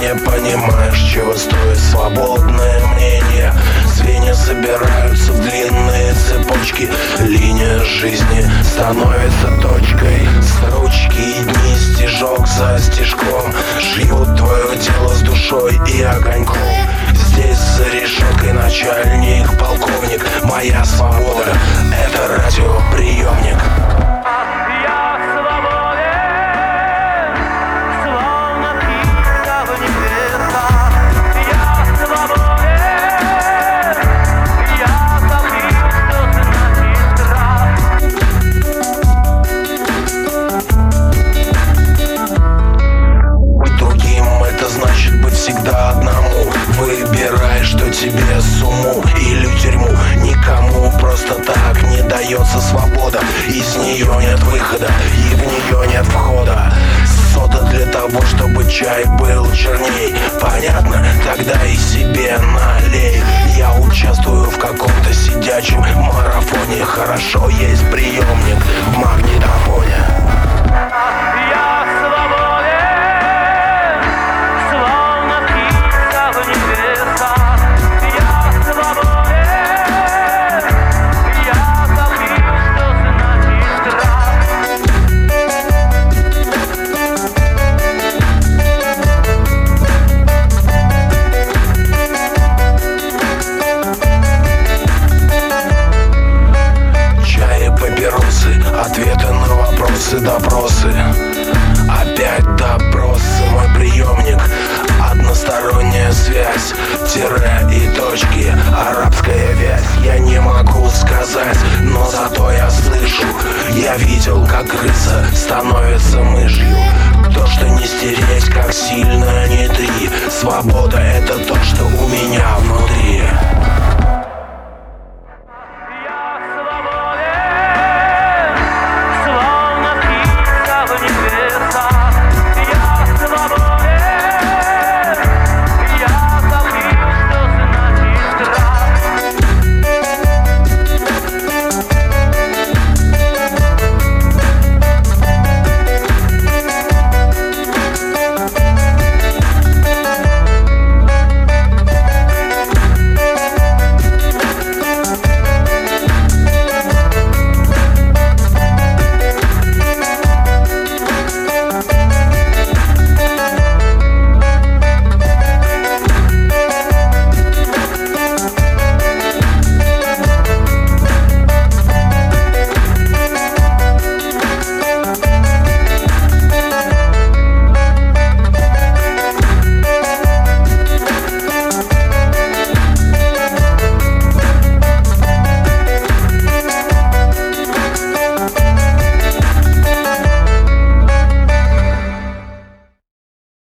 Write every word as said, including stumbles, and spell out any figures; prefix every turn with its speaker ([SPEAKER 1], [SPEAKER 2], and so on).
[SPEAKER 1] не понимаешь, чего стоит свободное мнение. Звенья собираются в длинные цепочки. Линия жизни становится точкой. Строчки и дни, стежок за стежком шьют твое тело с душой и огоньком. Здесь за решеткой начальник, полковник. Моя свобода — это радиоприемник. Всегда одному выбирай, что тебе сумму или тюрьму. Никому просто так не дается свобода. Из нее нет выхода и в нее нет входа. Сода для того, чтобы чай был черней. Понятно? Тогда и себе налей. Я участвую в каком-то сидячем марафоне. Хорошо, есть приемник в магнитофоне. Ответы на вопросы, допросы. Опять допросы, мой приемник. Односторонняя связь, тире и точки. Арабская вязь, я не могу сказать, но зато я слышу. Я видел, как крыса становится мышью. То, что не стереть, как сильно не ты. Свобода — это